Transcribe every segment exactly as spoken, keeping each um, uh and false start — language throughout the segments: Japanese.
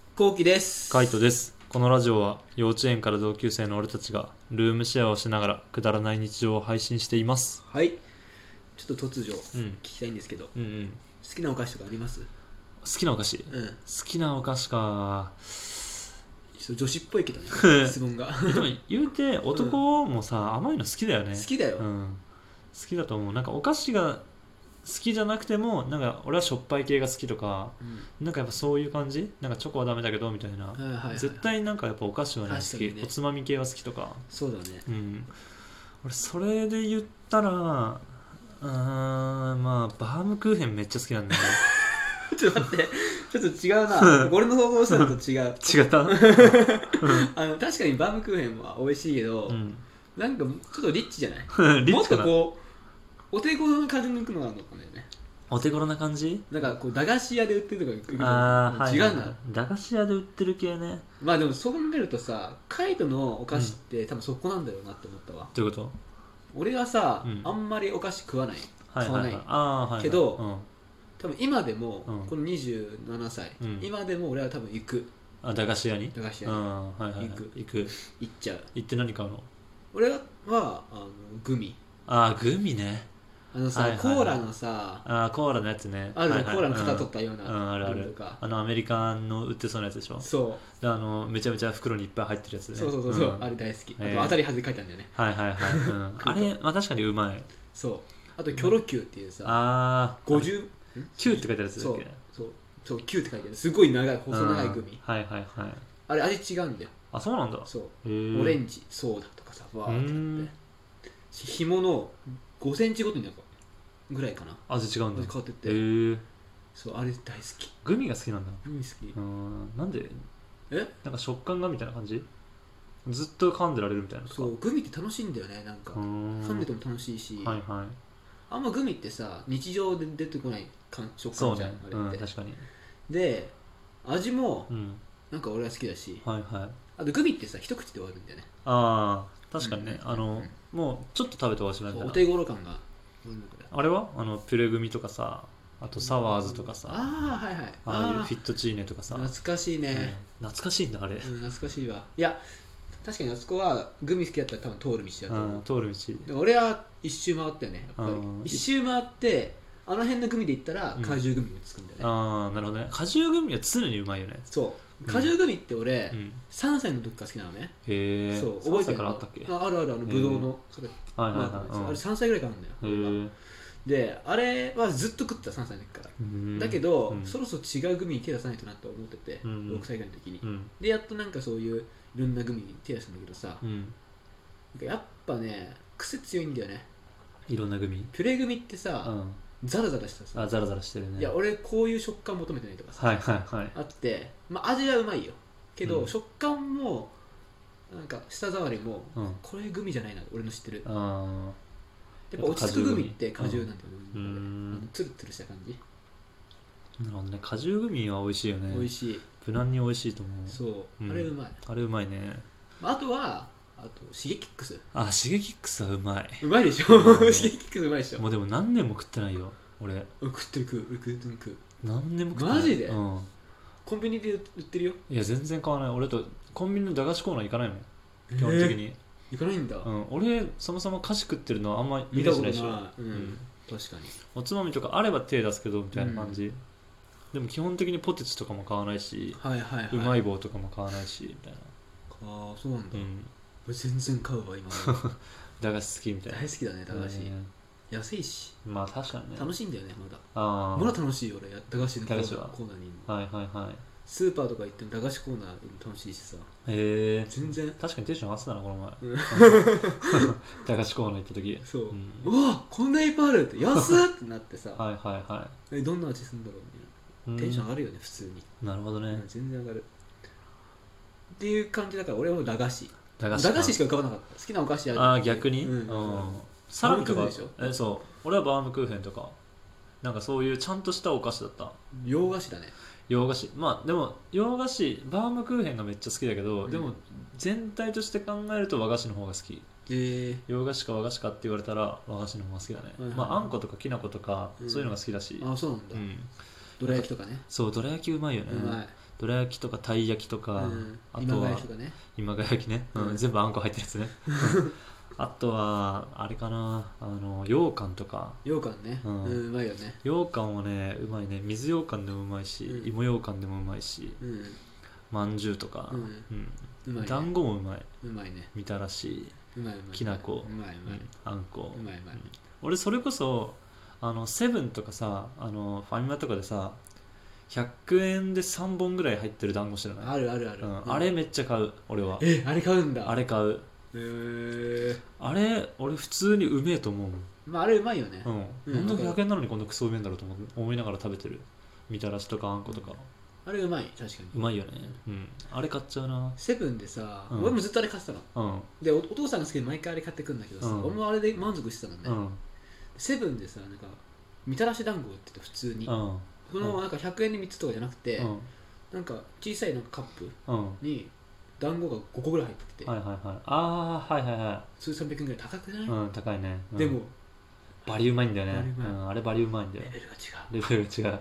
こうきです。 カイトです。このラジオは幼稚園から同級生の俺たちがルームシェアをしながらくだらない日常を配信しています。 はい。ちょっと突如うん聞きたいんですけど、 うんうん、 好きなお菓子とかあります？ 好きなお菓子、 うん。 好きなお菓子か。 ちょっと女子っぽいけどね質問がでも言うて男もさ、甘いの好きだよね。 好きだよ、 うん、好きだと思う。なんかお菓子が好きじゃなくても、なんか俺はしょっぱい系が好きとか、 うん、 なんかやっぱそういう感じ。なんかチョコはダメだけどみたいな、 はいはいはい、 絶対なんかやっぱお菓子はね好き、 ね、 おつまみ系は好きとか。 そうだね。 うん。俺それで言ったら、うーん、まあバームクーヘンめっちゃ好きなんだよね。 ちょっと待って、ちょっと違うな俺の想像したのと違う違ったあの確かにバームクーヘンは美味しいけど、うん、なんかちょっとリッチじゃないもっとこうお手頃な感じで抜くのがあるのかもね。 お手頃な感じ。 なんかこう駄菓子屋で売ってるとかあー、 違うな、 はいはい、駄菓子屋で売ってる系ね。 まあでもそう考えるとさ、カイトのお菓子って、うん、多分そこなんだろうなって思ったわ。 どういうこと？ 俺はさ、うん、あんまりお菓子食わない、買わない、はいはいはい、けど、はいはい、うん、多分今でも、うん、このにじゅうななさい、うん、今でも俺は多分行く。 あ、駄菓子屋に？ 駄菓子屋に、はいはいはい、行く行く行っちゃう。 行って何買うの？ 俺はあのグミ。 あー、グミね。 あのさ、はいはいはい、コーラのさ、 あー、コーラのやつね。 あるじゃん、はいはい、コーラの型取ったような、 うん、あるある。あのアメリカの売ってそうなやつでしょ。 そうあのめちゃめちゃ袋にいっぱい入ってるやつね。 そうそうそうそう、うん、あれ大好き。あと当たり外れ書いてあるんだよね。 はいはいはい、うん、あれ、まあ、確かにうまい。 そう。あとキョロキューっていうさ、 あー、 ごじゅうキューって書いてあるやつだっけ。 そうそうそう、キューって書いてある。すごい長い細長いグミ、 はいはいはい。 あれ味違うんだよ。 あ、そうなんだ。 そう、オレンジソーダとかさ、わーって。紐のごセンチごとになんかぐらいかな、 味違うんだ。 味変わってて、 へー、 そう、あれ大好き。 グミが好きなんだ。 グミ好き。 うん、なんで？ え、 なんか食感がみたいな感じ？ずっと噛んでられるみたいな。 そう、グミって楽しいんだよね。なんか噛んでても楽しいし、はいはい、あんまグミってさ日常で出てこない食感じゃん、ね、あれって、うん、 確かに。 で味もなんか俺は好きだし、 うん、はいはい、 あとグミってさ一口で終わるんだよね。 ああ、確かにね、うん、あの、うん、もうちょっと食べて終わしまいみたいな。 お手頃感が。 あれはあのプレグミとかさ、あとサワーズとかさ、 ああはいはい、 ああいうフィットチーネとかさ、 懐かしいね、 うん、懐かしいんだあれ、うん、 懐かしいわ。いや確かにあそこはグミ好きだったら多分通る道だと思う、うん、 通る道。 俺は一周回ったよね、やっぱり一周回ってあの辺のグミで言ったら果汁グミにつくんだよね、うん、 ああなるほどね。果汁グミは常にうまいよね。 そう果汁グミって俺、うん、さんさいの時から好きなのね。 へえ。そう覚えてる。あったっけ？ あるある、あのブドウのそれ、はいはいはい、あれさんさいぐらいからなんだよ。へであれはずっと食ってたさんさいの時から。だけど、うん、そろそろ違うグミに手出さないとなと思ってて、うん、ろくさいぐらいの時に、うん、でやっとなんかそういういろんなグミに手出したんだけどさ、うん、なんかやっぱね癖強いんだよね。 いろんなグミ。 プレグミってさ、うん、ザラザラしたさ、 あザラザラしてるね。 いや俺こういう食感求めてないとかさ、 はいはいはい、 あって、まあ、味はうまいよけど、うん、食感もなんか舌触りも、うん、これグミじゃないな俺の知ってる。あやっぱ落ち着くグミって果汁なんだよね、うん、ツルツルした感じ。 なるほどね。果汁グミは美味しいよね。 美味しい、無難に美味しいと思う。 そう、うん、あれうまい。 あれうまいね。 あとはあとシゲキックス。 あシゲキックスはうまい。 うまいでしょシゲキックスうまいでしょ。 もうでも何年も食ってないよ俺。 食ってる食う食う食う何年も食ってない。 マジで、 うん、 コンビニで売ってるよ。いや全然買わない。俺とコンビニの駄菓子コーナー行かないもん基本的に、えー行かないんだ、 うん、俺そもそも菓子食ってるのはあんまり見たことないでしょ、 うんうん、確かに。 おつまみとかあれば手出すけどみたいな感じ、うん、でも基本的にポテチとかも買わないし、はいはいはい、うまい棒とかも買わないしみたいな。 ああそうなんだ、うん、俺全然買うわ今駄菓子好きみたいな。 大好きだね駄菓子、うん、安いし、 まあ確かにね楽しいんだよねまだ。 あまだ楽しいよ俺駄菓子のコーナーに。 はいはいはい。 スーパーとか行っても駄菓子コーナー楽しいしさ。 へえ。 全然確かにテンション上がってたなこの前、うん、駄菓子コーナー行った時。 そう、うん、うわこんないっぱいあるって安っってなってさはいはいはい。 えどんな味するんだろうみたいなテンション上がるよね普通に。 なるほどね、うん、 全然上がるっていう感じだから俺は駄菓子駄菓子駄菓子しか浮かばなかった。好きなお菓子ある。 ああ逆に、うんうん、 サラミとかでしょ。えそう俺はバームクーヘンとかなんかそういうちゃんとしたお菓子だった。 洋菓子だね。 洋菓子。まあでも洋菓子バームクーヘンがめっちゃ好きだけど、うん、でも全体として考えると和菓子の方が好き。えー、洋菓子か和菓子かって言われたら和菓子の方が好きだね、はいはい、まああんことかきな粉とか、うん、そういうのが好きだし。 あそうなんだ、うん、どら焼きとかね。 そうどら焼きうまいよね。 うまい。 どら焼きとかたい焼きとか、うん、あとは今川焼きとかね今川焼きね、うんうん、全部あんこ入ってるやつねあとはあれかなあの羊羹とか羊羹ね、うんうん、うまいよね羊羹はねうまいね水羊羹でもうまいし、うん、芋羊羹でもうまいし、うん、まんじゅうとか、うんうん、うまいね、団子もうまいうまいねみたらしうまいうまいきなこうまいうまい、 うん、あんこうまいうまい、うん、 俺それこそあのセブンとかさあのファミマとかでさひゃくえんでさんぼんぐらい入ってる団子知らない？ あるあるある、 うん、あれめっちゃ買う俺は。 えあれ買うんだ。 あれ買う。 へー、 あれ俺普通にうめえと思うもん。 まああれうまいよね。 うん、なんでひゃくえんなのにこんなクソうめえんだろうと思思いながら食べてる。みたらしとかあんことか、 うん、あれうまい確かにうまいよね。うんあれ買っちゃうな。 セブンでさ、うん、俺もずっとあれ買ってたの、うん、で お, お父さんが好きで毎回あれ買ってくるんだけどさ、うん、俺もあれで満足してたのね、うん、セブンでさなんかみたらし団子売ってて普通に、うん、そのなんかひゃくえんでみっつとかじゃなくて、うん、なんか小さいなんかカップに団子がごこぐらい入ってて、 はいはいはい、ああはいはいはい、 数三百円ぐらい高くない？ うん高いね、うん、 でもバリうまいんだよね、うん、あれバリうまいんだよ。 レベルが違うレベルが違う、レベルが違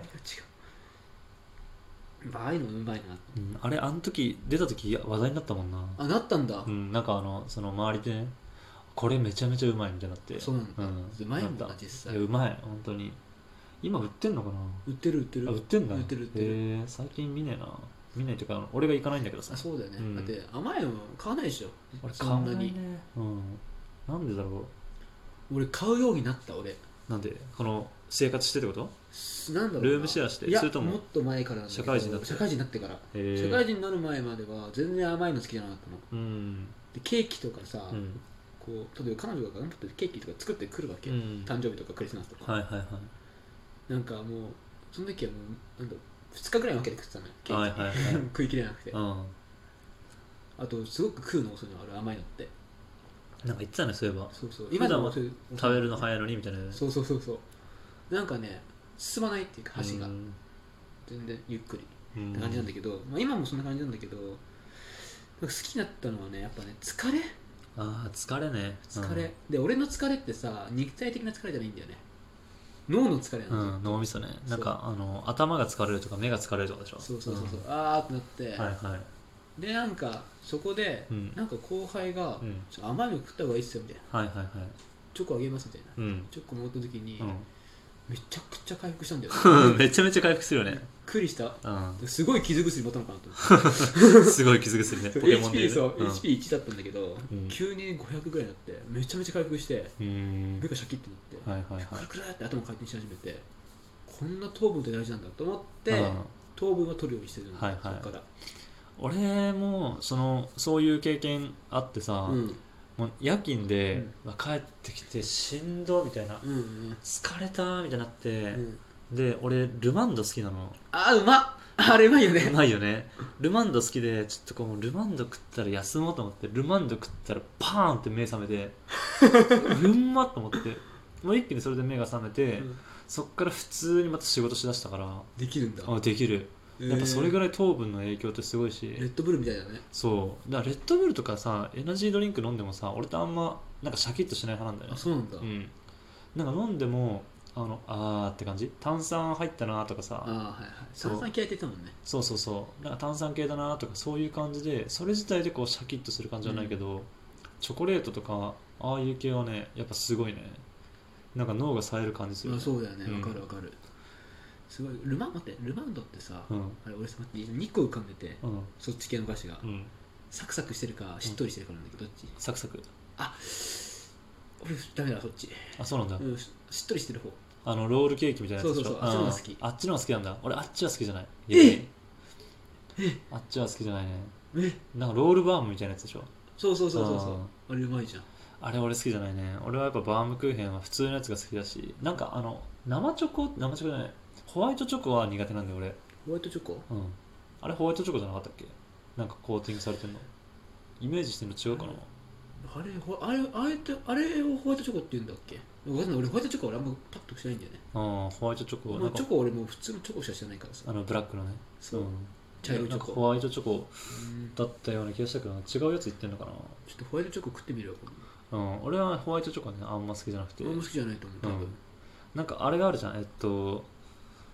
う、ああいうのうまいな、 うん、あれあの時出た時話題になったもんな。 あなったんだ、 うん、なんかあのその周りでねこれめちゃめちゃうまいみたいになって。 そうなんだ、うん、うまいもんな実際。 いやうまい本当に。今売ってんのかな？ 売ってる売ってる、 あ売ってんだ。 売ってる売ってる、 へえ最近見ねえな。見ないというか俺が行かないんだけどさ。 あそうだよね、うん、だって甘いの買わないでしょ俺買わないね。うんなんでだろう。俺買うようになった俺。 なんでこの生活してってこと？ なんだろうルームシェアして？ いやそれとももっと前からなんだけど、 社会人になって社会人になってから、社会人になる前までは全然甘いの好きじゃなかったの、うん、でケーキとかさ、うん、こう例えば彼女が頑張ってケーキとか作ってくるわけ、うん、誕生日とかクリスマスとか、 はいはいはい、 なんかもうその時はもうなんだふつかぐらい分けて食ってたのよケーキ、はいはいはい、食い切れなくて、うん、あとすごく食うの遅いのある甘いのって。 なんか言ってたねそういえば。 そうそう今でも食べるの早いのにみたいな。 そうそうそうそうなんかね進まないっていうか箸が全然ゆっくりって感じなんだけど、まあ、今もそんな感じなんだけどなんか好きになったのはねやっぱね疲れ。 ああ疲れね。 疲れ、うん、で俺の疲れってさ肉体的な疲れじゃないんだよね。脳の疲れなんだよ、 うん、脳みそね。なんかあの頭が疲れるとか目が疲れるとかでしょ。 そうそうそうそう、うん、あーってなって、 はいはいでなんかそこで、うん、なんか後輩が、うん、ちょ甘いの食った方がいいっすよみたいな、 はいはいはい、 チョコあげますみたいな、うん、チョコもらった時に、うん、めちゃくちゃ回復したんだよ、 ね、めちゃめちゃ回復するよね。 びっくりした、うん、すごい傷薬もったのかなと思ってすごい傷薬ねポケモンで、ね、 エイチピー そう、うん、エイチピーいち だったんだけど、うん、急にごひゃくぐらいになってめちゃめちゃ回復して目がシャキッとなって、はいはいはい、クルクルって頭回転し始めてこんな糖分って大事なんだと思って、うん、糖分は取るようにしてるんだ、はいはい、そこから俺もそのそういう経験あってさ、うん、もう夜勤で、うん、帰ってきてしんどみたいな、うんうん、疲れたみたいになって、うん、で俺ルマンド好きなの。 あうまっあれうまいよね。 うまいよね。ルマンド好きでちょっとこうルマンド食ったら休もうと思ってルマンド食ったらパーンって目覚めてうんまっと思ってもう一気にそれで目が覚めて、うん、そっから普通にまた仕事しだしたから。 できるんだ。 あできる。やっぱそれぐらい糖分の影響ってすごいし、 レッドブルみたいだね。 そうだからレッドブルとかさエナジードリンク飲んでもさ俺とあんまなんかシャキッとしない派なんだよね。 あそうなんだ、 うん、なんか飲んでもあのあーって感じ。炭酸入ったなとかさ、 あ、はいはい、炭酸系って言ってたもんね。 そうそうそうなんか炭酸系だなとかそういう感じでそれ自体でこうシャキッとする感じじゃないけど、うん、チョコレートとかああいう系はねやっぱすごいねなんか脳が冴える感じする、 ね、あそうだよねわ、うん、かるわかる。すごいルマン待ってルマンドってさ、うん、あれ俺さにこ浮かんでて、うん、そっち系の菓子が、うん、サクサクしてるかしっとりしてるかなんだけど、どっち？ サクサク。 あ俺ダメだそっち。 あそうなんだ、 うん、しっとりしてる方。 あのロールケーキみたいなやつでしょ。 そうそうそうあっちの方が好き。 あっちの方が好きなんだ。俺あっちは好きじゃない。 ええあっちは好きじゃないね。 えなんかロールバームみたいなやつでしょ。 そうそうそうそうそうあれうまいじゃん。 あれ俺好きじゃないね。俺はやっぱバームクーヘンは普通のやつが好きだしなんかあの生チョコ生チョコじゃないホワイトチョコは苦手なんだよ俺。 ホワイトチョコ？ うん。あれホワイトチョコじゃなかったっけ？なんかコーティングされてるの。イメージしてるの違うかな。 あれあれあれってあれをホワイトチョコって言うんだっけ？俺ホワイトチョコ俺あんまパッとしないんだよね。 ああホワイトチョコ。 まあ、チョコ俺もう普通のチョコしか知らないからさ。 あのブラックのね。 そう。うん、茶色いチョコ。 ホワイトチョコだったような気がしたけど違うやつ言ってんのかな。 ちょっとホワイトチョコ食ってみるよ。 うん、俺はホワイトチョコねあんま好きじゃなくて。 あんま好きじゃないと思う多分。うん、 なんかあれがあるじゃんえっと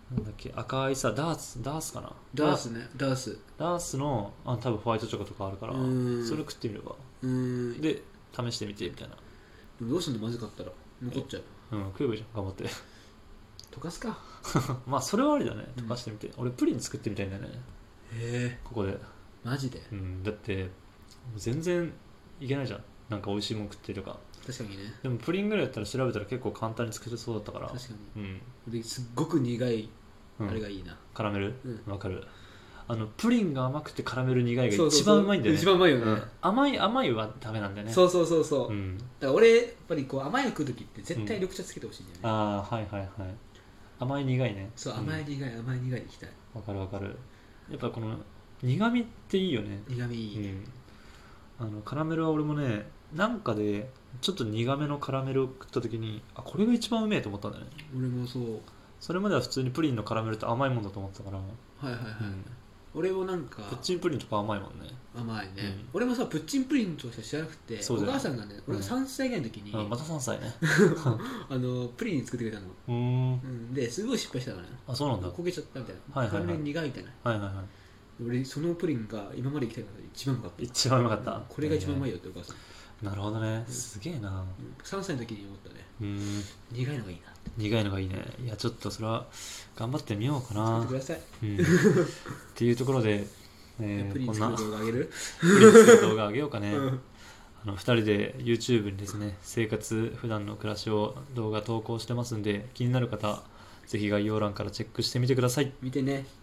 なんだっけ赤いさダースダースかなダースねダースダースのあ多分ホワイトチョコとかあるからそれ食ってみればうんで試してみてみたいな。 どうすんのまずかったら残っちゃう。 うん食えばいいじゃん頑張って溶かすかまあそれはありだね溶かしてみて、うん、俺プリン作ってみたいんだよね。 へえここでマジで、 うん、だって全然いけないじゃんなんか美味しいもん食ってるか。 確かにね。 でもプリンぐらいだったら調べたら結構簡単に作れそうだったから。 確かに、うん、ですっごく苦いあれがいいな、うん、 カラメルわ、うん、かる。あのプリンが甘くてカラメル苦いが一番うまいんだよね。 一番うまいよね、うん、 甘い甘いはダメなんだよね。 そうそうそうそう、うん、だから俺やっぱりこう甘いの食う時って絶対緑茶つけてほしいんだよね、 うん、ああはいはいはい甘い苦いね。 そう甘い苦い、うん、甘い苦いいきたい。 わかるわかる。やっぱこの苦味っていいよね。 苦味いい、うん、 あのカラメルは俺もねなんかでちょっと苦めのカラメルを食った時にあこれが一番うめえと思ったんだよね。 俺もそう。 それまでは普通にプリンのカラメルって甘いもんだと思ってたから。 はいはいはい、うん、俺もなんかプッチンプリンとか甘いもんね。 甘いね、うん、俺もさプッチンプリンとしか知らなくて、お母さんがね俺がさんさいぐらいの時に、 うん、またさんさいねあのプリン作ってくれたの。うん、うん、ですごい失敗したからね。 あそうなんだ。 焦げちゃったみたいな、 はいはいはい、 カラメル苦いみたいな。 はいはいはい。 俺そのプリンが今まで生きた中で一番うまかった。 一番うまかった。 これが一番うまいよってお母さん。 なるほどね、すげえな。 さんさいの時に思ったね。うん苦いのがいいなって。 苦いのがいいね。いやちょっとそれは頑張ってみようかな。 作ってください、うん、 っていうところで、えー、 プリン作る動画あげるプリン作る動画あげようかね、うん、あのふたりで YouTube にですね生活普段の暮らしを動画投稿してますんで気になる方ぜひ概要欄からチェックしてみてください。 見てね。